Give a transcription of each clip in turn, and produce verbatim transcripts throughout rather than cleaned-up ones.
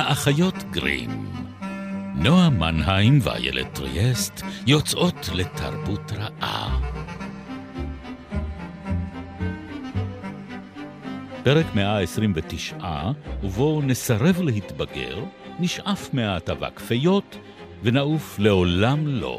האחיות גרים. נועה מנהיים ואיילת טריאסט יוצאות לתרבות רעה. פרק מאה עשרים ותשע, ובו נסרב להתבגר, נשאף מהאבק פיות ונעוף לעולם לא.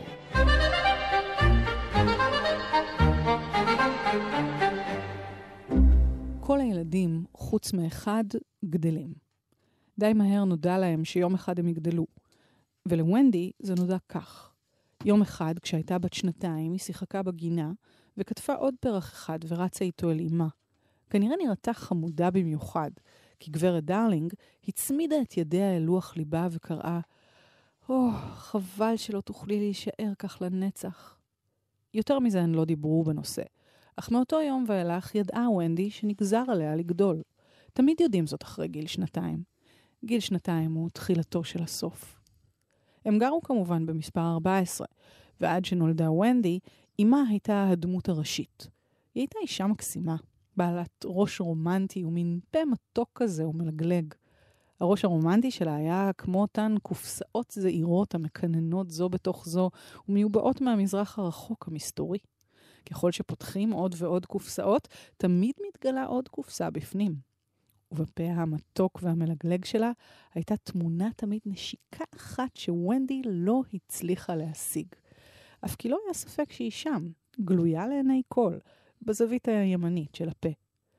כל הילדים, חוץ מאחד, גדלים. די מהר נודע להם שיום אחד הם יגדלו. ולוונדי זה נודע כך. יום אחד, כשהייתה בת שנתיים, היא שיחקה בגינה, וכתפה עוד פרח אחד ורצה איתו אל אמה. כנראה נראתה חמודה במיוחד, כי גברת דרלינג הצמידה את ידיה אל לוח ליבה וקראה, או, oh, חבל שלא תוכלי להישאר כך לנצח. יותר מזה הן לא דיברו בנושא, אך מאותו יום ואילך ידעה וונדי שנגזר עליה לגדול. תמיד יודעים זאת אחרי גיל שנתיים. גיל שנתיים הוא תחילתו של הסוף. הם גרו כמובן במספר ארבע עשרה, ועד שנולדה וונדי, אמה הייתה הדמות הראשית. היא הייתה אישה מקסימה, בעלת ראש רומנטי ומין פה מתוק כזה ומלגלג. הראש הרומנטי שלה היה כמו אותן קופסאות זעירות המקננות זו בתוך זו, ומיובאות מהמזרח הרחוק המסתורי. ככל שפותחים עוד ועוד קופסאות, תמיד מתגלה עוד קופסה בפנים. ובפה המתוק והמלגלג שלה הייתה תמונה תמיד נשיקה אחת שוונדי לא הצליחה להשיג. אף כי לא היה ספק שהיא שם, גלויה לעיני כל, בזווית הימנית של הפה.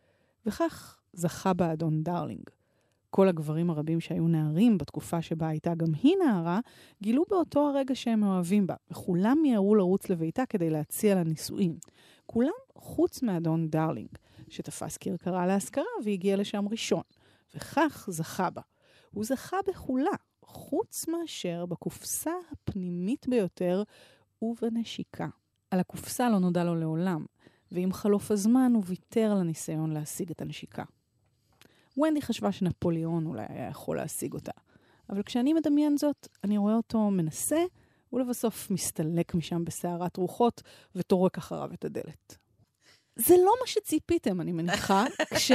וכך זכה בה אדון דרלינג. כל הגברים הרבים שהיו נערים בתקופה שבה הייתה גם היא נערה, גילו באותו הרגע שהם אוהבים בה, וכולם מיהרו לרוץ לביתה כדי להציע לה נישואים. כולם חוץ מאדון דרלינג, שתפס כרכרה להשכרה והגיע לשם ראשון, וכך זכה בה. הוא זכה בכולה, חוץ מאשר בקופסה הפנימית ביותר ובנשיקה. על הקופסה לא נודע לו לעולם, ועם חלוף הזמן הוא ויתר על הניסיון להשיג את הנשיקה. וונדי חשבה שנפוליאון אולי היה יכול להשיג אותה, אבל כשאני מדמיין זאת, אני רואה אותו מנסה, ולבסוף מסתלק משם בסערת רוחות, וטורק אחריו את הדלת. זה לא מה שציפיתם, אני מניחה,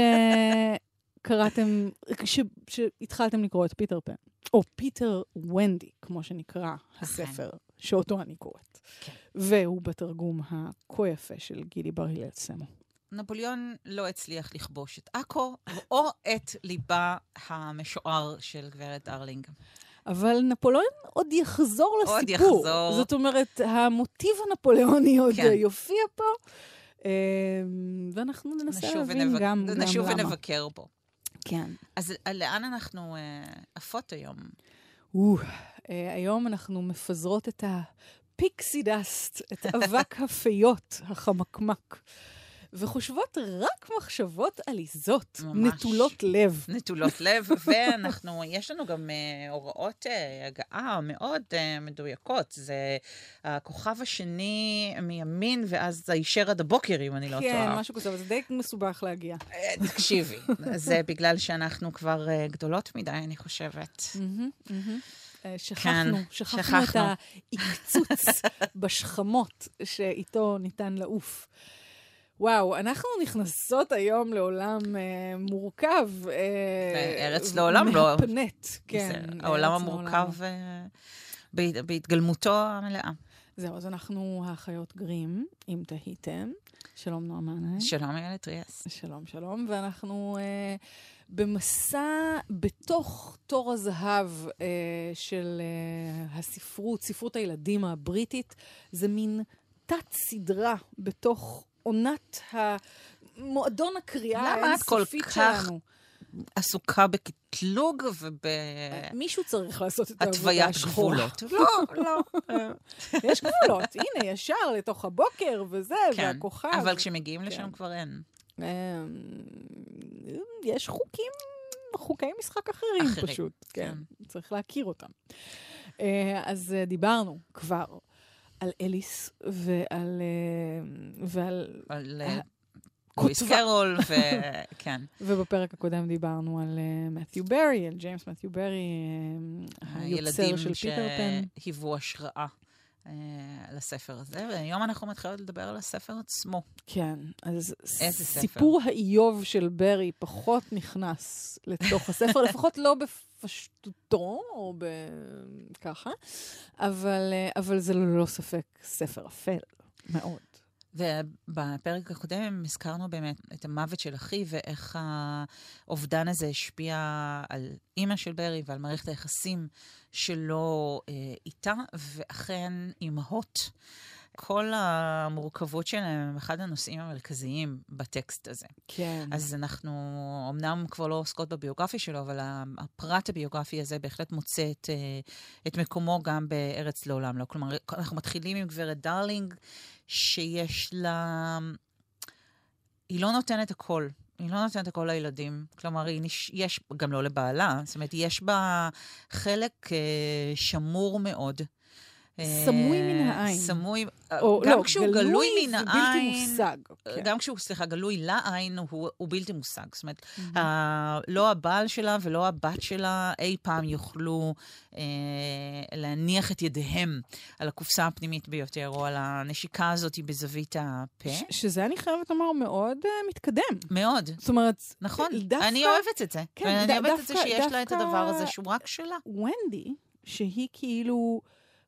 כשקראתם, כשהתחלתם לקרוא את פיטר פן, או פיטר וונדי, כמו שנקרא הספר, שאותו אני קוראת. כן. והוא בתרגום הכה יפה של גילי בר הלל סמו. נפוליאון לא הצליח לכבוש את עכו, או את ליבה המשוער של גברת דרלינג. אבל נפוליאון עוד יחזור לסיפור. עוד יחזור. זאת אומרת, המוטיב הנפוליאוני עוד כן. יופיע פה, ואנחנו ננסה להבין ונבק... גם, גם נשוב למה. ונבקר בו. כן. אז לאן אנחנו עפות היום? או, היום אנחנו מפזרות את הפיקסי דסט, את אבק הפיות, החמקמק. וחושבות רק מחשבות עליזות, ממש. נטולות לב. נטולות לב, ואנחנו, יש לנו גם uh, הוראות uh, הגעה מאוד uh, מדויקות. זה הכוכב השני מימין, ואז זה יישר עד הבוקר, אם אני לא טועה. כן, משהו כזה, אבל זה די מסובך להגיע. תקשיבי, זה בגלל שאנחנו כבר uh, גדולות מדי, אני חושבת. שכחנו, שכחנו את ההקצוץ בשכמות שאיתו ניתן לעוף. וואו, אנחנו נכנסות היום לעולם אה, מורכב. אה, ארץ לעולם לא. מהפנט, כן. העולם המורכב אה, בהתגלמותו המלאה. זהו, אז אנחנו האחיות גרים, אם תהיתם. שלום נועה מנהיים. שלום איילת טריאסט. שלום, שלום. ואנחנו אה, במסע בתוך תור הזהב אה, של אה, הספרות, ספרות הילדים הבריטית. זה מין תת סדרה בתוך עונת המועדון הקריאה האינסופית שלנו. למה את כל כך עסוקה בקטלוג וב... מישהו צריך לעשות את העבודה התוויית גבולות. לא, לא. יש גבולות. הנה, ישר לתוך הבוקר וזה, והכוכב. אבל כשמגיעים לשם כבר אין. יש חוקים, חוקי משחק אחרים פשוט. כן, צריך להכיר אותם. אז דיברנו כבר. על אליס ועל... ועל... על לואיס קרול, וכן. ובפרק הקודם דיברנו על מת'יו ברי, על ג'יימס מת'יו ברי, היוצר של פיטר פן. ילדים שהיוו השראה לספר הזה, והיום אנחנו מתחילות לדבר על הספר עצמו. כן, אז איזה ספר? סיפור האיוב של ברי פחות נכנס לתוך הספר, לפחות לא בפשטותו, או ככה, אבל, אבל זה ללא ספק ספר אפל, מאוד. ובפרק הקודם הזכרנו באמת את המוות של אחי, ואיך האובדן הזה השפיע על אימא של ברי ועל מערכת היחסים שלו אה, איתה, ואכן אימהות. כל המורכבות שלהם הם אחד הנושאים המרכזיים בטקסט הזה. כן. אז אנחנו אמנם כבר לא עוסקות בביוגרפיה שלו, אבל הפרט הביוגרפי הזה בהחלט מוצא את, את מקומו גם בארץ לעולם לא. כלומר, אנחנו מתחילים עם גברת דרלינג, שיש לה... היא לא נותנת הכל. היא לא נותנת הכל לילדים. כלומר, היא נש... יש גם לא לבעלה. זאת אומרת, יש בה חלק uh, שמור מאוד. סמוי מן העין. סמוי, או, גם לא, כשהוא גלוי, גלוי מן העין, בלתי מושג. כן. גם כשהוא, סליחה, גלוי לעין, הוא, הוא בלתי מושג. זאת אומרת, mm-hmm. ה, לא הבעל שלה ולא הבת שלה אי פעם יוכלו אה, להניח את ידיהם על הקופסה הפנימית ביותר, או על הנשיקה הזאת בזווית הפה. ש- שזה אני חייבת לומר מאוד uh, מתקדם. מאוד. זאת אומרת, נכון, דווקא, אני אוהבת את זה. כן, אני ד- אוהבת דווקא, את זה שיש דווקא לה את הדבר הזה, שהוא רק שלה. ונדי, שהיא כאילו...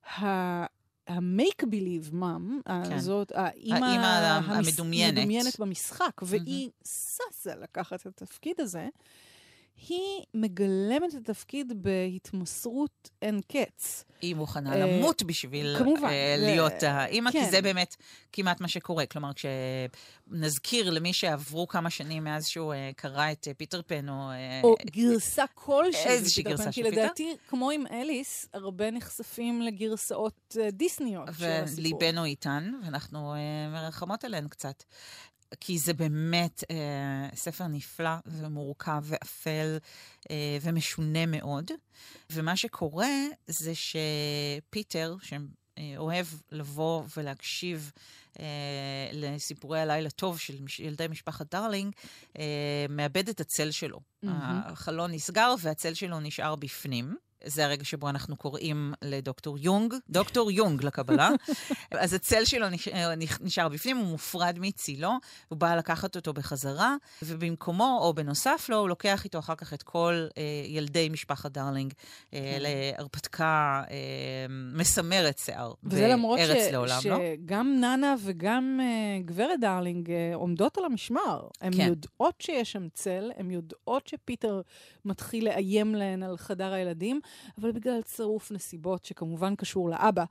ה-make believe mom, זאת האימא המדומיינת. המדומיינת במשחק, והיא ססה לקחת את התפקיד הזה, היא מגלמת את התפקיד בהתמסרות אין קץ. היא מוכנה למות בשביל להיות האימא, כי זה באמת כמעט מה שקורה. כלומר, כשנזכיר למי שעברו כמה שנים מאז שהוא קרא את פיטר פן, או גרסה כלשהי. איזושהי גרסה של פיטר. כי לדעתי, כמו עם אליס, הרבה נחשפים לגרסאות דיסניות של הסיפור. וליבנו איתן, ואנחנו מרחמות עליהן קצת. כי זה באמת אה, ספר נפלא ומורכב ואפל אה, ומשונה מאוד. ומה שקורה זה שפיטר, שאוהב לבוא ולהקשיב אה, לסיפורי הלילה טוב של ילדי משפחת דרלינג, אה, מאבד את הצל שלו. Mm-hmm. החלון נסגר והצל שלו נשאר בפנים. זה הרגע שבו אנחנו קוראים לדוקטור יונג, דוקטור יונג לקבלה. אז הצל שלו נשאר בפנים, הוא מופרד מצילו, הוא בא לקחת אותו בחזרה, ובמקומו, או בנוסף לו, הוא לוקח איתו אחר כך את כל אה, ילדי משפחת דרלינג, אה, להרפתקה אה, מסמרת שיער בארץ ש- לעולם, ש- לא? שגם ננה וגם אה, גברת דרלינג אה, עומדות על המשמר. הן כן. יודעות שיש שם צל, הן יודעות שפיטר מתחיל לאיים להן על חדר הילדים, אבל בגלל צירוף נסיבות שכמובן קשור לאבא.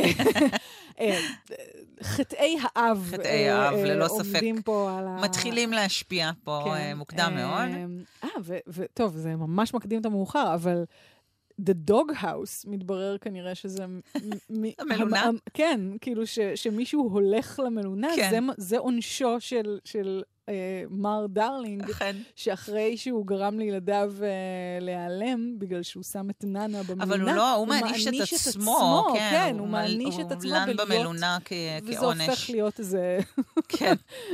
חטאי האב. חטאי האב, ללא ספק. עומדים פה על ה... מתחילים להשפיע פה מוקדם מאוד. אה, וטוב, זה ממש מקדים את המאוחר, אבל The Dog House מתברר כנראה שזה... המלונה? כן, כאילו שמישהו הולך למלונה, זה עונשו של... מר דרלינג, שאחרי שהוא גרם לילדיו להיעלם, בגלל שהוא שם את ננה במלונה, אבל הוא לא, הוא מעניש את עצמו, כן, הוא מעניש את עצמו לן במלונה כעונש. וזה הופך להיות איזה... כן.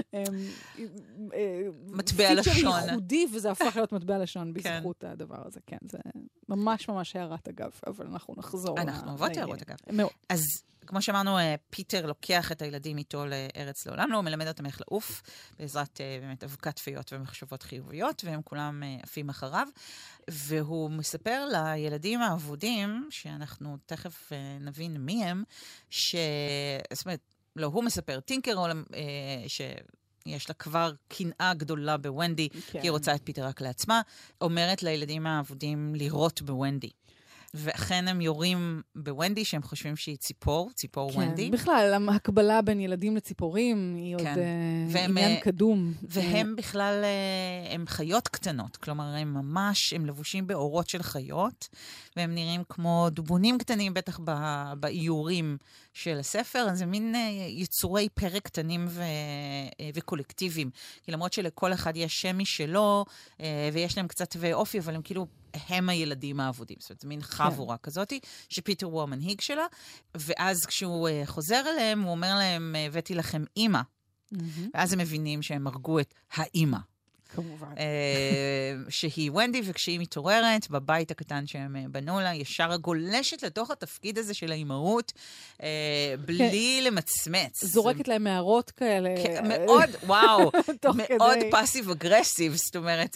מטבע לשון. פיצ'ר ייחודי, וזה הפך להיות מטבע לשון בזכות הדבר הזה, כן. זה ממש ממש הערת אגב, אבל אנחנו נחזור. אנחנו אוהבות הערות אגב. מאוד. אז... כמו שאמרנו, פיטר לוקח את הילדים איתו לארץ לעולם, לא, הוא מלמד אותם איך לעוף, בעזרת באמת אבקת תפיות ומחשבות חיוביות, והם כולם עפים אחריו, והוא מספר לילדים האבודים, שאנחנו תכף נבין מי הם, ש... זאת אומרת, לא, הוא מספר, טינקרול, שיש לה כבר קנאה גדולה בוונדי, כן. כי היא רוצה את פיטר רק לעצמה, אומרת לילדים האבודים לירות בוונדי. ואכן הם יורים בוונדי, שהם חושבים שהיא ציפור, ציפור כן, וונדי. בכלל, ההקבלה בין ילדים לציפורים היא כן. עוד והם, עניין קדום. והם בכלל, הם חיות קטנות, כלומר, הם ממש, הם לבושים באורות של חיות, והם נראים כמו דובונים קטנים, בטח באיורים של הספר, אז זה מין יצורי פרק קטנים ו... וקולקטיביים. כי למרות שלכל אחד יש שם משלו, ויש להם קצת ואופי, אבל הם כאילו... הם הילדים העבודים. זאת אומרת, זה מין חבורה כן. כזאת, שפיטר הוא המנהיג שלה, ואז כשהוא uh, חוזר אליהם, הוא אומר להם, הבאתי לכם אימא. Mm-hmm. ואז הם מבינים שהם הרגו את האימא. כמובן. שהיא ונדי, וכשהיא מתעוררת, בבית הקטן שהם בנו לה, ישר גולשת לתוך התפקיד הזה של האימהות, בלי למצמץ. זורקת להם מערות כאלה. מאוד, וואו, מאוד פאסיב אגרסיב, זאת אומרת,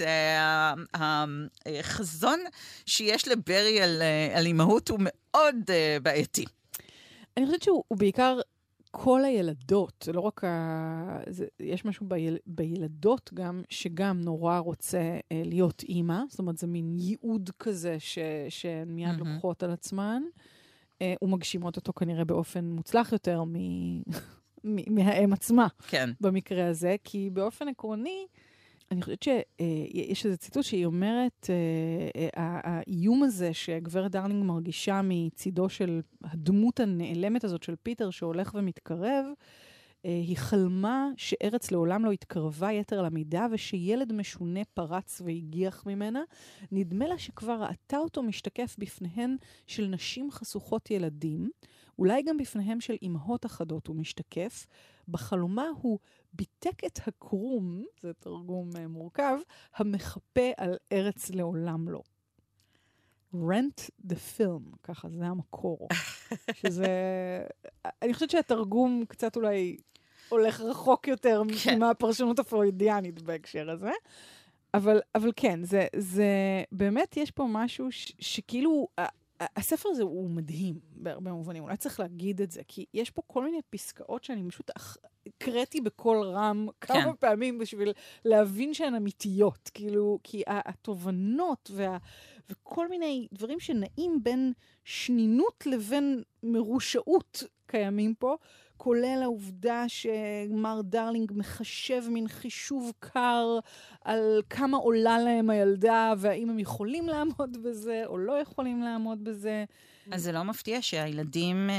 החזון שיש לברי על אימהות הוא מאוד בעייתי. אני חושבת שהוא בעיקר כל הילדות, זה לא רק ה... זה, יש משהו ביל... בילדות גם, שגם נורא רוצה אה, להיות אימא, זאת אומרת, זה מין ייעוד כזה ש... שהן מיד mm-hmm. לוקחות על עצמן, אה, ומגשימות אותו כנראה באופן מוצלח יותר מ... מ... מהאם עצמה, כן. במקרה הזה, כי באופן עקרוני, אני חושבת שיש איזה ציטוט שהיא אומרת, האיום הזה שגברת דרלינג מרגישה מצידו של הדמות הנעלמת הזאת של פיטר שהולך ומתקרב, היא חלמה שארץ לעולם לא התקרבה יתר למידה, ושילד משונה פרץ והגיח ממנה. נדמה לה שכבר ראתה אותו משתקף בפניהן של נשים חשוכות ילדים, אולי גם בפניהם של אמהות אחדות הוא משתקף. בחלומה הוא ביטק את הקרום, זה תרגום uh, מורכב, המחפה על ארץ לעולם לא. Rent the film, ככה, זה המקור. שזה, אני חושבת שהתרגום קצת אולי הולך רחוק יותר כן. מהפרשנות הפרוידיאנית בהקשר הזה. אבל, אבל כן, זה, זה, באמת יש פה משהו ש, שכאילו, הספר הזה הוא מדהים בהרבה מובנים, אולי צריך להגיד את זה, כי יש פה כל מיני פסקאות שאני פשוט קראתי בקול רם כמה כן. פעמים בשביל להבין שהן אמיתיות, כאילו, כי התובנות וה, וכל מיני דברים שנעים בין שנינות לבין מרושעות קיימים פה, כולל העובדה שמר דרלינג מחשב מין חישוב קר על כמה עולה להם הילדה, והאם הם יכולים לעמוד בזה או לא יכולים לעמוד בזה. אז זה לא מפתיע שהילדים,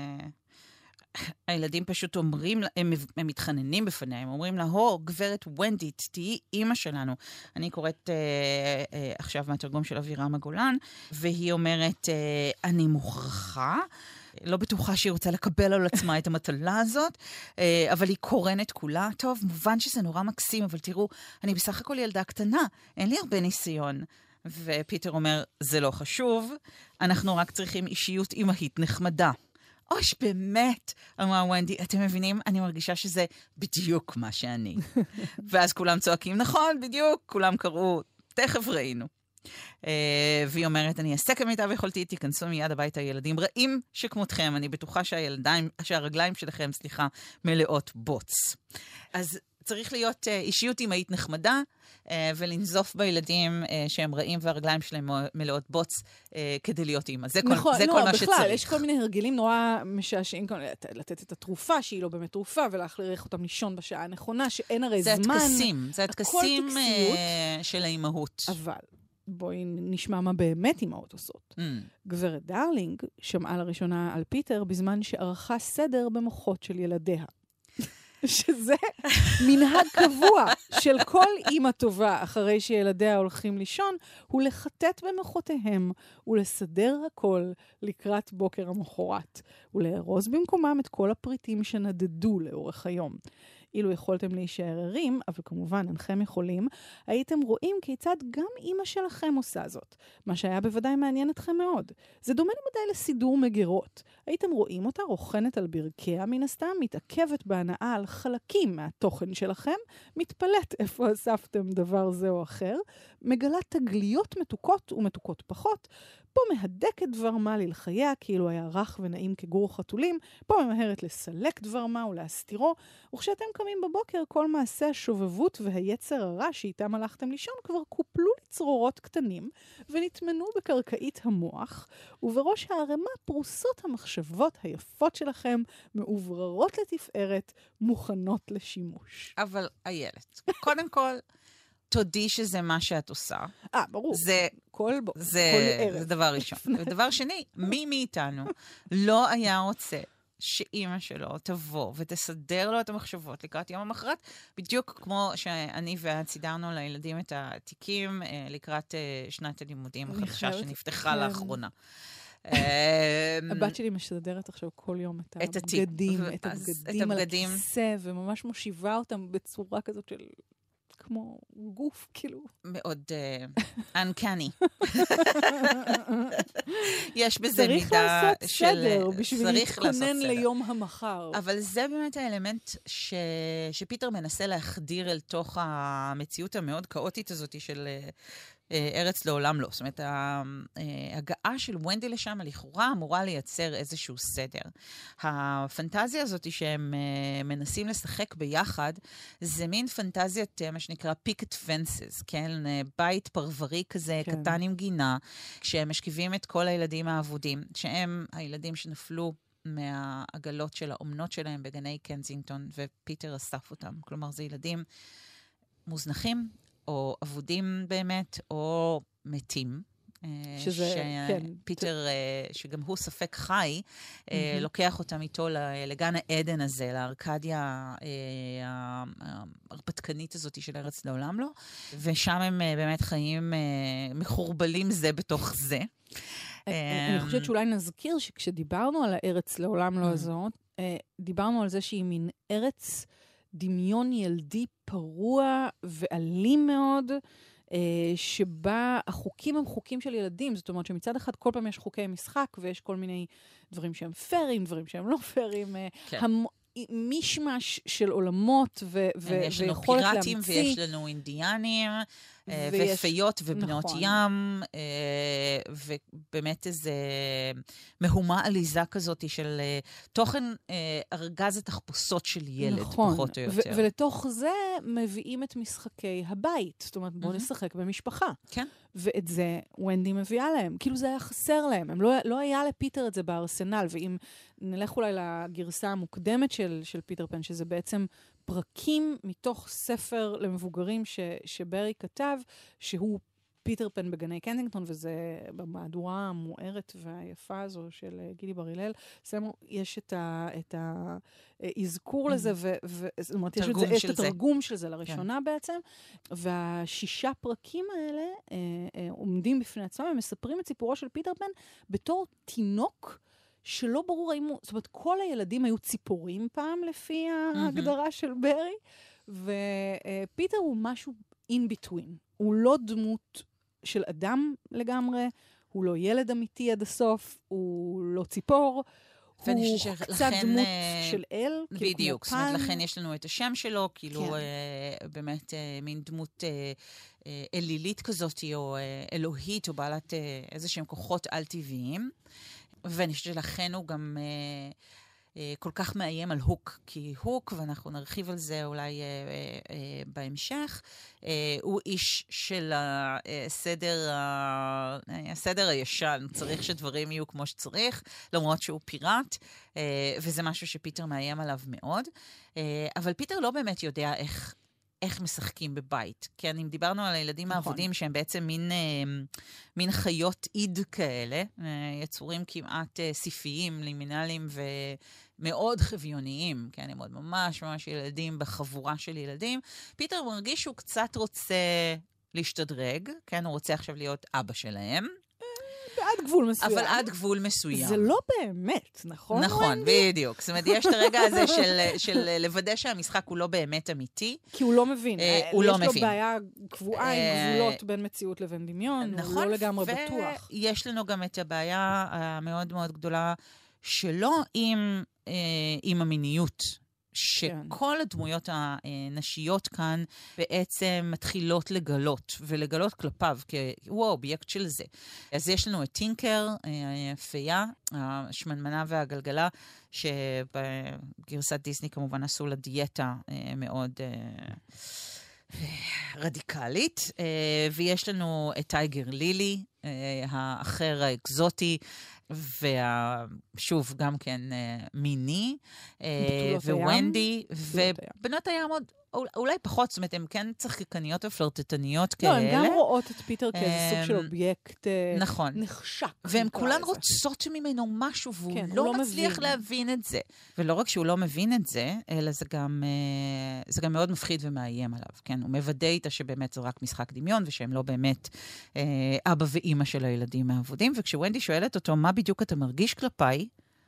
הילדים פשוט אומרים, הם, הם מתחננים בפניה, הם אומרים לה, הו, גברת ונדית, תהיי אימא שלנו. אני קוראת אה, אה, עכשיו מהתרגום של אבירם הגולן, והיא אומרת, אה, אני מוכרחה, לא בטוחה שהיא רוצה לקבל על עצמה את המטלה הזאת, אבל היא קורנת כולה. טוב, מובן שזה נורא מקסים, אבל תראו, אני בסך הכל ילדה קטנה, אין לי הרבה ניסיון. ופיטר אומר, זה לא חשוב, אנחנו רק צריכים אישיות אימהית נחמדה. אוש, באמת, אמרה ונדי, אתם מבינים? אני מרגישה שזה בדיוק מה שאני. ואז כולם צועקים, נכון, בדיוק, כולם קראו, תכף ראינו. Uh, והיא אומרת, אני אעשה כמיטב יכולתי, תיכנסו מיד הביתה ילדים רעים שכמותכם, אני בטוחה שהילדיים, שהרגליים שלכם, סליחה, מלאות בוץ. אז צריך להיות uh, אישיות אימהית נחמדה, uh, ולנזוף בילדים uh, שהם רעים והרגליים שלהם מלאות בוץ, uh, כדי להיות אימא. זה כל, נכון, זה לא, כל מה בכלל, שצריך. יש כל מיני הרגלים נורא משעשעים, לתת את התרופה שהיא לא באמת תרופה, ולהכריח אותם לישון בשעה הנכונה, שאין הרי זה זמן. זה התקסים, זה התקסים uh, של האימהות. אבל בואי נשמע מה באמת אמהות עושות. Mm. גברת דרלינג שמעה לראשונה על פיטר בזמן שערכה סדר במוחות של ילדיה. שזה מנהג קבוע של כל אימא טובה אחרי שילדיה הולכים לישון, הוא לחטט במוחותיהם ולסדר הכל לקראת בוקר המחרת, ולארוז במקומם את כל הפריטים שנדדו לאורך היום. אילו יכולתם להישאר ערים, אבל כמובן אינכם יכולים, הייתם רואים כיצד גם אמא שלכם עושה זאת, מה שהיה בוודאי מעניין אתכם מאוד. זה דומה למדי לסידור מגירות. הייתם רואים אותה רוכנת על ברכיה מן הסתם, מתעכבת בהנאה על חלקים מהתוכן שלכם, מתפלט איפה אספתם דבר זה או אחר, מגלה תגליות מתוקות ומתוקות פחות, פה מהדקת דבר מה ללחייה, כאילו היה רך ונעים כגור חתולים, פה ממהרת לסלק דבר מה ולהסתירו, וכשאתם קמים בבוקר, כל מעשה השובבות והיצר הרע שאיתם הלכתם לישון כבר קופלו לצרורות קטנים, ונתמנו בקרקעית המוח, ובראש הערמה פרוסות המחשבות היפות שלכם, מעובררות לתפארת, מוכנות לשימוש. אבל איילת, קודם כל, תודי שזה מה שאת עושה. אה, ברור. זה, כל בו, זה, כל ערב. זה דבר ראשון. ודבר שני, מי מאיתנו לא היה רוצה שאימא שלו תבוא ותסדר לו את המחשבות לקראת יום המחרת, בדיוק כמו שאני ואת סידרנו לילדים את התיקים לקראת שנת הלימודים החדשה שנפתחה לאחרונה. הבת שלי משדרת עכשיו כל יום את הבגדים, את הבגדים על הכיסא, וממש מושיבה אותם בצורה כזאת של כמו גוף, כאילו. מאוד uncanny. יש בזה מידה של... צריך לעשות סדר בשביל להתכונן ליום המחר. אבל זה באמת האלמנט ש... שפיטר מנסה להחדיר אל תוך המציאות המאוד כאוטית הזאת של ארץ לעולם לא. זאת אומרת, ההגעה של ונדי לשם, לכאורה, אמורה לייצר איזשהו סדר. הפנטזיה הזאת שהם מנסים לשחק ביחד, זה מין פנטזיית, מה שנקרא picket fences, כן? בית פרברי כזה, כן. קטן עם גינה, כשהם משכיבים את כל הילדים האבודים, שהם הילדים שנפלו מהעגלות של האומנות שלהם בגני קנזינגטון, ופיטר אסף אותם. כלומר, זה ילדים מוזנחים, או עבודים באמת, או מתים. שזה, כן. פיטר, שגם הוא ספק חי, לוקח אותם איתו לגן העדן הזה, לארקדיה ההרפתקנית הזאת של ארץ לעולם לא, ושם הם באמת חיים מחורבלים זה בתוך זה. אני חושבת שאולי נזכיר שכשדיברנו על הארץ לעולם לא הזאת, דיברנו על זה שהיא מין ארץ דמיון ילדי פרוע ואלים מאוד, שבה החוקים הם חוקים של ילדים, זאת אומרת שמצד אחד כל פעם יש חוקי משחק, ויש כל מיני דברים שהם פיירים, דברים שהם לא פיירים, כן. המ... מישמש של עולמות ו- ו- יש לנו פיראטים ויש לנו אינדיאנים, ויש... ופיות ובנות נכון. ים, ובאמת איזה מהומה עליזה כזאת של תוכן ארגז התחפושות של ילד, נכון. פחות או יותר. ו- ולתוך זה מביאים את משחקי הבית, זאת אומרת בואו mm-hmm. נשחק במשפחה. כן. ואת זה ונדי מביאה להם. כאילו זה היה חסר להם. הם לא, לא היה לפיטר את זה בארסנל, ואם נלך אולי לגרסה המוקדמת של, של פיטר פן, שזה בעצם פרקים מתוך ספר למבוגרים ש, שברי כתב, שהוא פיטר פן בגני קנזינגטון, וזה במהדורה המוארת והיפה הזו של גילי בר הלל, יש את ה... את ה אזכור לזה, זאת אומרת, יש את התרגום של זה לראשונה בעצם, והשישה פרקים האלה עומדים בפני עצמם, הם מספרים את סיפורו של פיטר פן בתור תינוק, שלא ברור האם הוא, זאת אומרת, כל הילדים היו ציפורים פעם, לפי ההגדרה של ברי, ופיטר הוא משהו in between. הוא לא דמות של אדם לגמרי, הוא לא ילד אמיתי עד הסוף, הוא לא ציפור, הוא קצת דמות של אל. בדיוק, זאת אומרת, לכן יש לנו את השם שלו, כאילו באמת מין דמות אלילית כזאת, או אלוהית, או בעלת איזה שהם כוחות על-טבעיים. ואני חושבת שלכן הוא גם כל כך מאיים על הוק, כי הוק, ואנחנו נרחיב על זה אולי בהמשך, הוא איש של הסדר, הסדר הישן, צריך שדברים יהיו כמו שצריך, למרות שהוא פיראט, וזה משהו שפיטר מאיים עליו מאוד. אבל פיטר לא באמת יודע איך, איך משחקים בבית. כן, אם דיברנו על הילדים נכון. העבודים, שהם בעצם מין, מין חיות עיד כאלה, יצורים כמעט ספריים, לימינליים ומאוד חוויוניים, כן, הם עוד ממש ממש ילדים בחבורה של ילדים. פיטר מרגיש שהוא קצת רוצה להשתדרג, כן, הוא רוצה עכשיו להיות אבא שלהם. עד גבול מסוים. אבל עד גבול מסוים. זה לא באמת, נכון? נכון, בדיוק. זאת אומרת, יש את הרגע הזה של, של לוודא שהמשחק הוא לא באמת אמיתי. כי הוא לא מבין. הוא לא מבין. יש לו בעיה קבועה עם גבולות בין מציאות לבין דמיון. נכון. הוא לא לגמרי בטוח. ויש לנו גם את הבעיה המאוד מאוד גדולה שלו עם, עם המיניות. שכל הדמויות הנשיות כאן בעצם מתחילות לגלות, ולגלות כלפיו, כי הוא האובייקט של זה. אז יש לנו את טינקר, פיה, השמנמנה והגלגלה, שבגרסת דיסני כמובן עשו לה דיאטה מאוד רדיקלית, ויש לנו את טייגר לילי, האחר האקזוטי, ושוב, גם כן מיני, וונדי, ובנות הים עוד, אולי פחות, זאת אומרת, הן כן צחקניות ופלרטטניות כאלה. לא, הן גם רואות את פיטר כאיזה סוג של אובייקט נחשק. והן כולן רוצות ממנו משהו, והוא לא מצליח להבין את זה. ולא רק שהוא לא מבין את זה, אלא זה גם מאוד מפחיד ומאיים עליו. כן, הוא מוודא איתה שבאמת זה רק משחק דמיון, ושהם לא באמת אבא ואימא של הילדים העבודים. וכשוונדי שואלת אותו, מה בדיוק אתה מרגיש כלפיי?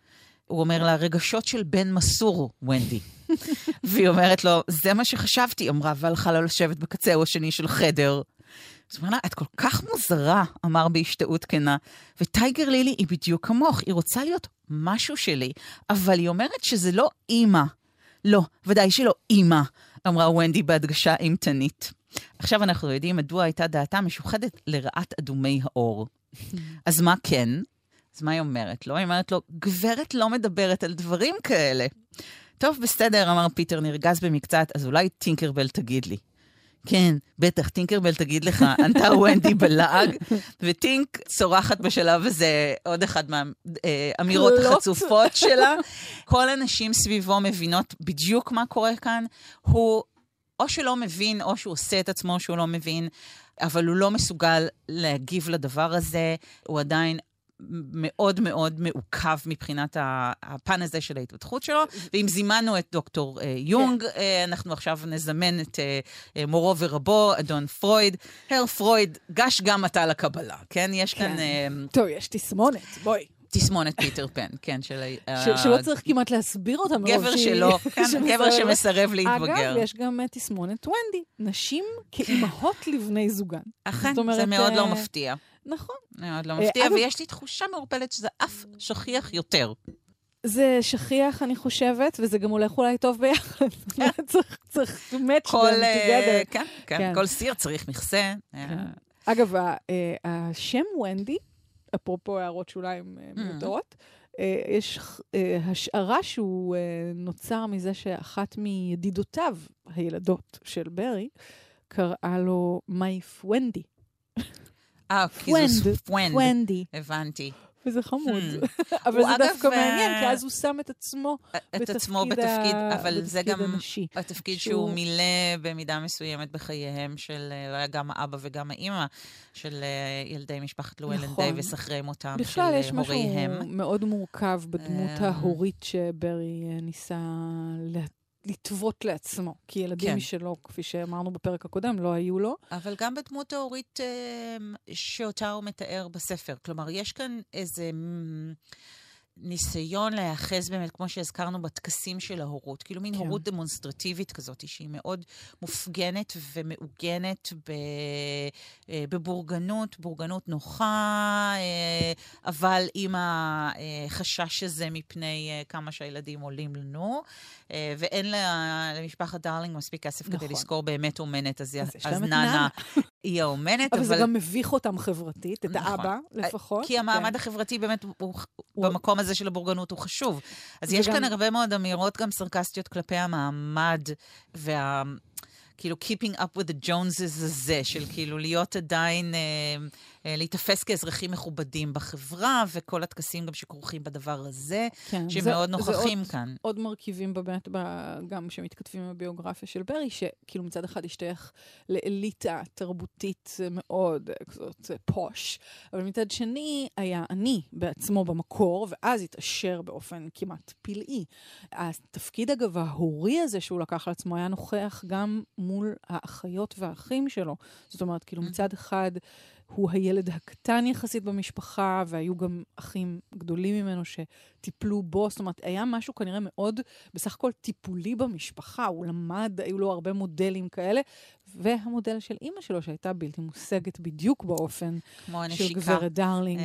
הוא אומר לה, רגשות של בן מסור, ונדי. והיא אומרת לו, זה מה שחשבתי, אמרה, והלכה לה לשבת בקצהו השני של חדר. זאת אומרת, את כל כך מוזרה, אמר בהשתאות כנה, וטייגר לילי היא בדיוק כמוך, היא רוצה להיות משהו שלי, אבל היא אומרת שזה לא אימא. לא, ודאי שלא אימא, אמרה ונדי בהדגשה אימתנית. עכשיו אנחנו יודעים מדוע הייתה דעתה משוחדת לרעת אדומי האור. אז מה כן? אז מה היא אומרת לו? היא אומרת לו, גברת לא מדברת על דברים כאלה. טוב, בסדר, אמר פיטר נרגז במקצת, אז אולי טינקרבל תגיד לי. כן, בטח, טינקרבל תגיד לך, ענתה ונדי בלעג, וטינק צורחת בשלב הזה עוד אחד מהאמירות החצופות שלה. כל הנשים סביבו מבינות בדיוק מה קורה כאן. הוא או שלא מבין, או שהוא עושה את עצמו שהוא לא מבין, אבל הוא לא מסוגל להגיב לדבר הזה. הוא עדיין מאוד מאוד מעוכב מבחינת הפן הזה של ההתפתחות שלו, ואם זימנו את דוקטור יונג, אנחנו עכשיו נזמן את מורו ורבו, אדון פרויד. הר פרויד, גש גם אתה לקבלה, כן? יש כאן... טוב, יש תסמונת, בואי. תסמונת פיטר פן, כן, של... שלא צריך כמעט להסביר אותה. גבר שלו, גבר שמסרב להתבגר. אגב, יש גם תסמונת ונדי, נשים כאימהות לבני זוגן. אכן, זה מאוד לא מפתיע. נכון. מאוד לא מפתיע, ויש לי תחושה מעורפלת שזה אף שכיח יותר. זה שכיח, אני חושבת, וזה גם הולך אולי טוב ביחד. צריך, צריך to match them together. כן, כן, כל סיר צריך מכסה. אגב, השם ונדי, אפרופו הערות שוליים מיותרות, יש השערה שהוא נוצר מזה שאחת מידידותיו, הילדות של ברי, קראה לו מייף ונדי. אה, כי זו פוונד. פוונדי. הבנתי. וזה חמוד. אבל זה דווקא מעניין, כי אז הוא שם את עצמו בתפקיד הנשי. התפקיד שהוא מילא במידה מסוימת בחייהם של גם האבא וגם האמא של ילדי משפחת לואלן דייוויס אחרי מותם של הוריהם. בכלל יש משהו מאוד מורכב בדמות ההורית שברי ניסה לטוות לעצמו, כי ילדים כן. משלו, כפי שאמרנו בפרק הקודם, לא היו לו. אבל גם בדמות ההורית שאותה הוא מתאר בספר. כלומר, יש כאן איזה ניסיון להיאחז באמת, כמו שהזכרנו, בטקסים של ההורות. כאילו מין כן. הורות דמונסטרטיבית כזאת, שהיא מאוד מופגנת ומעוגנת בבורגנות, בורגנות נוחה, אבל עם החשש הזה מפני כמה שהילדים עולים לנו, ואין למשפחת דארלינג מספיק כסף נכון. כדי לזכור באמת אומנת, אז, אז ננה היא האומנת. אבל, אבל זה גם מביך אותם חברתית, את נכון. האבא לפחות. כי המעמד כן. החברתי באמת הוא, הוא, הוא... במקום הזה של הבורגנות הוא חשוב. אז יש גם... כאן הרבה מאוד אמירות גם סרקסטיות כלפי המעמד וה... כאילו, keeping up with the Joneses הזה, של כאילו להיות עדיין, אה, אה, להתאפס כאזרחים מכובדים בחברה, וכל התקסים גם שכרוכים בדבר הזה, כן, שמאוד זה, נוכחים זה כאן. עוד, עוד מרכיבים באמת, גם שמתכתבים עם הביוגרפיה של ברי, שכאילו מצד אחד ישתייך לאליטה תרבותית מאוד, כזאת פוש, אבל מצד שני היה אני בעצמו במקור, ואז התאשר באופן כמעט פלאי. התפקיד אגב ההורי הזה שהוא לקח לעצמו היה נוכח גם מול האחיות והאחים שלו. זאת אומרת, כאילו מצד אחד הוא הילד הקטן יחסית במשפחה, והיו גם אחים גדולים ממנו שטיפלו בו. זאת אומרת, היה משהו כנראה מאוד, בסך הכל טיפולי במשפחה. הוא למד, היו לו הרבה מודלים כאלה, והמודל של אימא שלו, שהייתה בלתי מושגת בדיוק באופן של גברת דארלינג.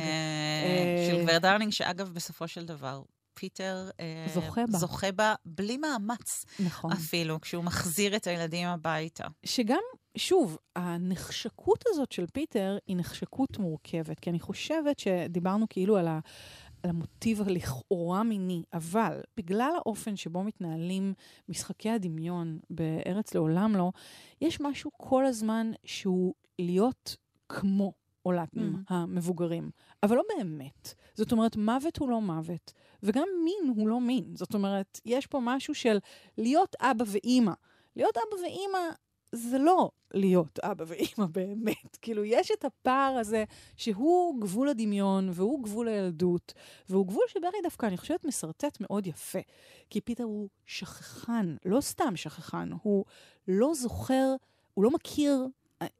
של גברת דארלינג, שאגב, בסופו של דבר, פיטר זוכה בה. זוכה בה בלי מאמץ. נכון. אפילו, כשהוא מחזיר את הילדים הביתה. שגם, שוב, הנחשקות הזאת של פיטר היא נחשקות מורכבת, כי אני חושבת שדיברנו כאילו על, ה, על המוטיב לכאורה מיני, אבל בגלל האופן שבו מתנהלים משחקי הדמיון בארץ לעולם לא, יש משהו כל הזמן שהוא להיות כמו עולת mm. המבוגרים, אבל לא באמת. זאת אומרת, מוות הוא לא מוות, וגם מין הוא לא מין. זאת אומרת, יש פה משהו של להיות אבא ואימא. להיות אבא ואימא זה לא להיות אבא ואימא באמת. כאילו, יש את הפער הזה שהוא גבול הדמיון, והוא גבול הילדות, והוא גבול שברי דווקא, אני חושבת, מסרטט מאוד יפה. כי פיטר הוא שכחן, לא סתם שכחן, הוא לא זוכר, הוא לא מכיר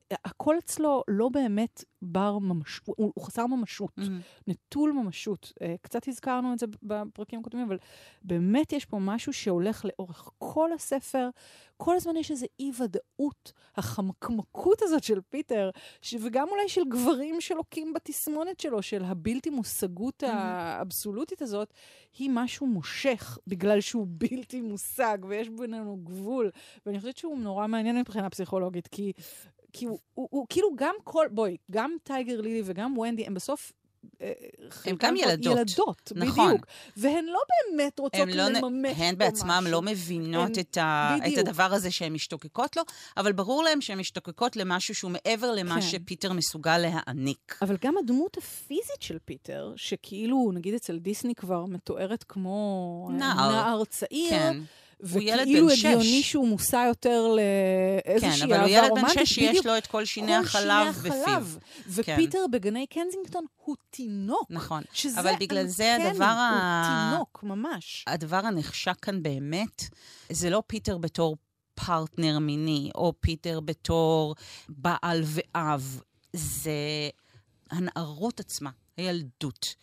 הכל אצלו לא באמת בר ממשות, הוא, הוא חסר ממשות, mm-hmm. נטול ממשות. Uh, קצת הזכרנו את זה בפרקים הקודמים, אבל באמת יש פה משהו שהולך לאורך כל הספר, כל הזמן יש איזו אי-ודאות, החמקמקות הזאת של פיטר, ש... וגם אולי של גברים שלוקים בתסמונת שלו, של הבלתי מושגות mm-hmm. האבסולוטית הזאת, היא משהו מושך, בגלל שהוא בלתי מושג, ויש בינינו גבול. ואני חושבת שהוא נורא מעניין מבחינה פסיכולוגית, כי... כי הוא, הוא, הוא כאילו גם כל, בואי, גם טייגר לילי וגם ונדי, הם בסוף, הם גם ילדות. ילדות, נכון. בדיוק. והן לא באמת רוצות לא לממש נ... הן בעצמם משהו. לא מבינות את, ה... את הדבר הזה שהן משתוקקות לו, אבל ברור להם שהן משתוקקות למשהו שהוא מעבר למה כן. שפיטר מסוגל להעניק. אבל גם הדמות הפיזית של פיטר, שכאילו, נגיד אצל דיסני כבר מתוארת כמו נער, נער צעיר, כן. וכאילו הגיוני שהוא מוסע יותר לאיזושהי אהבה רומנטית. כן, אבל הוא ילד בן שש שיש לו את כל שיני החלב בפיו. ופיטר בגני קנזינגטון הוא תינוק. נכון, אבל בגלל זה הדבר ה... הוא תינוק, ממש. הדבר הנחשק כאן באמת, זה לא פיטר בתור פרטנר מיני, או פיטר בתור בעל ואב. זה הנערות עצמה. הילדות.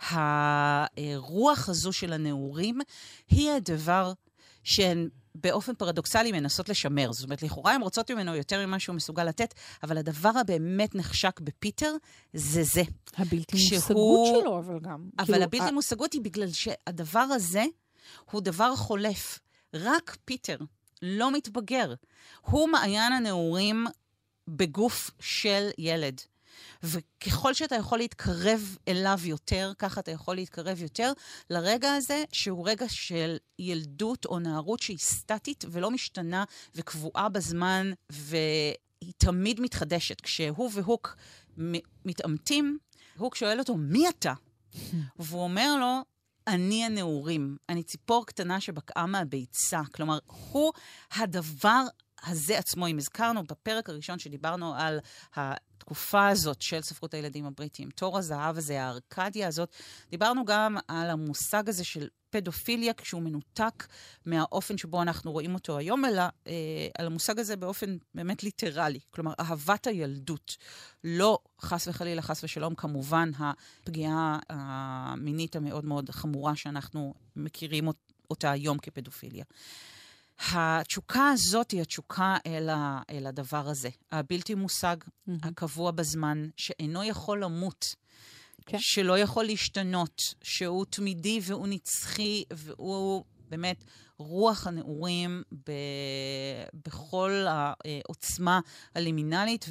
הרוח הזו של הנעורים היא הדבר שהן באופן פרדוקסלי מנסות לשמר. זאת אומרת, לכאורה הן רוצות ממנו יותר ממה שהוא מסוגל לתת, אבל הדבר הבאמת נחשק בפיטר זה זה. הבלתי מושגות שלו, אבל גם. אבל כאילו, הבלתי ה... מושגות היא בגלל שהדבר הזה הוא דבר חולף. רק פיטר לא מתבגר. הוא מעיין הנעורים בגוף של ילד. וככל שאתה יכול להתקרב אליו יותר, ככה אתה יכול להתקרב יותר לרגע הזה, שהוא רגע של ילדות או נערות שהיא סטטית ולא משתנה וקבועה בזמן, והיא תמיד מתחדשת. כשהוא והוק מתעמתים, הוק שואל אותו, מי אתה? והוא אומר לו, אני הנעורים, אני ציפור קטנה שבקעה מהביצה. כלומר, הוא הדבר הזה עצמו. אם הזכרנו בפרק הראשון שדיברנו על התקופה הזאת של ספרות הילדים הבריטיים, תור הזהב הזה, הארקדיה הזאת, דיברנו גם על המושג הזה של פדופיליה, כשהוא מנותק מהאופן שבו אנחנו רואים אותו היום, אלא אה, על המושג הזה באופן באמת ליטרלי. כלומר, אהבת הילדות. לא חס וחלילה, חס ושלום, כמובן הפגיעה המינית המאוד מאוד חמורה שאנחנו מכירים אותה היום כפדופיליה. התשוקה הזאת היא התשוקה אל, ה, אל הדבר הזה, הבלתי מושג, mm-hmm. הקבוע בזמן, שאינו יכול למות, okay. שלא יכול להשתנות, שהוא תמידי והוא נצחי, והוא באמת רוח הנעורים ב, בכל העוצמה הלימינלית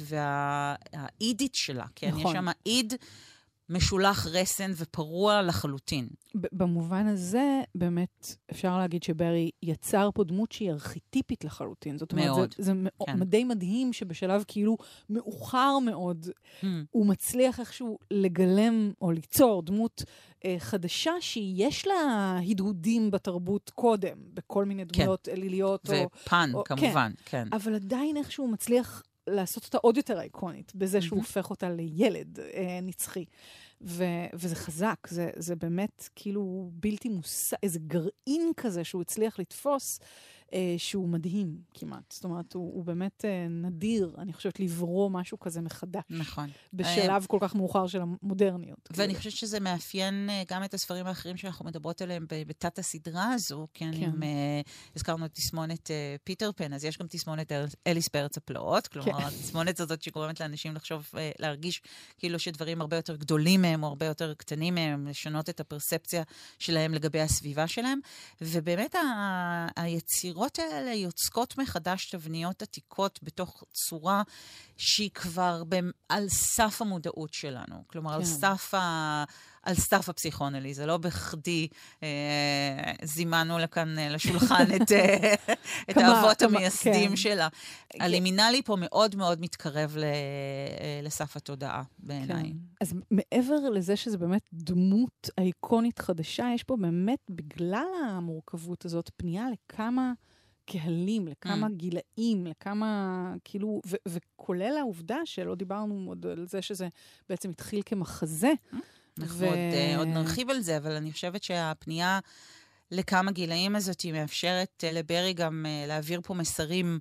והאידית שלה. כן? נכון. יש שם איד משולח רסן ופרוע לחלוטין. במובן הזה, באמת, אפשר להגיד שברי יצר פה דמות שהיא ארכיטיפית לחלוטין. זאת אומרת, מאוד. זה, זה כן. די מדהים שבשלב כאילו מאוחר מאוד, hmm. הוא מצליח איכשהו לגלם או ליצור דמות אה, חדשה שיש לה הדהודים בתרבות קודם, בכל מיני דמויות כן. אליליות. ופן, או, כמובן. כן. כן. אבל עדיין איכשהו מצליח לעשות אותה עוד יותר אייקונית, בזה שהוא mm-hmm. הופך אותה לילד אה, נצחי. ו- וזה חזק, זה, זה באמת כאילו בלתי מושג, איזה גרעין כזה שהוא הצליח לתפוס, אה, שהוא מדהים כמעט. זאת אומרת, הוא, הוא באמת אה, נדיר, אני חושבת, לברוא משהו כזה מחדש. נכון. בשלב כל כך מאוחר של המודרניות. ואני כאילו. חושבת שזה מאפיין גם את הספרים האחרים שאנחנו מדברות עליהם בתת הסדרה הזו, כן, כן. אם אה, הזכרנו את תסמונת אה, פיטר פן, אז יש גם תסמונת אל, אליס בארץ הפלאות, כלומר, כן. התסמונת הזאת שגורמת לאנשים לחשוב, אה, להרגיש כאילו שדברים הרבה יותר גדולים מהם, או הרבה יותר קטנים מהם, לשנות את הפרספציה שלהם לגבי הסביבה שלהם, ובאמת ה- היצירות האלה יוצקות מחדש תבניות עתיקות בתוך צורה שהיא כבר על סף המודעות שלנו. כלומר, כן. על סף ה... על סף הפסיכואנליזה, זה לא בכדי אה, זימנו לכאן אה, לשולחן את, אה, את האבות המייסדים כן. שלה. כן. הלימינלי פה מאוד מאוד מתקרב ל, אה, לסף התודעה בעיניי. כן. אז מעבר לזה שזה באמת דמות אייקונית חדשה, יש פה באמת, בגלל המורכבות הזאת, פנייה לכמה קהלים, לכמה mm. גילאים, לכמה, כאילו, ו- וכולל העובדה שלא דיברנו עוד על זה שזה בעצם התחיל כמחזה, mm. אנחנו ו... עוד, uh, עוד נרחיב על זה, אבל אני חושבת שהפנייה לכמה גילאים הזאת היא מאפשרת uh, לברי גם uh, להעביר פה מסרים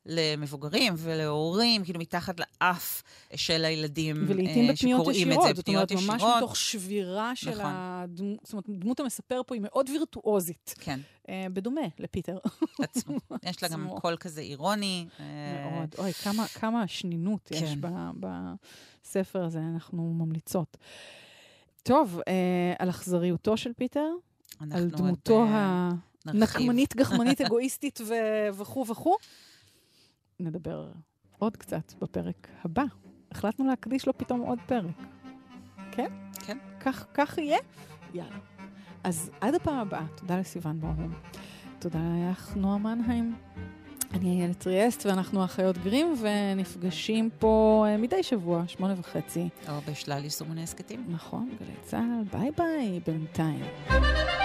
למבוגרים ולהורים, כאילו מתחת לאף של הילדים שקוראים את זה, ולעיתים בפניות ישירות, זאת אומרת, ישירות. ממש מתוך שבירה של נכון. הדמות, זאת אומרת, דמות המספר פה היא מאוד וירטואוזית. כן. בדומה לפיטר. עצמו. יש לה גם קול כזה אירוני. מאוד. אוי, כמה, כמה שנינות יש בספר הזה, אנחנו ממליצות. טוב, על אכזריותו של פיטר, על דמותו הנקמנית, גחמנית, אגואיסטית וכו' וכו', נדבר עוד קצת בפרק הבא. החלטנו להקדיש לו פתאום עוד פרק. כן? כן. כך, כך יהיה? יאללה. אז עד הפעם הבאה, תודה לסיוון ברהום. תודה לך, נועה מנהיים. אני איילת ריאסט, ואנחנו אחיות גרים, ונפגשים פה מדי שבוע, שמונה וחצי. או בשלל יישומוני הסקטים. נכון, גלי צהל, ביי ביי, בינתיים.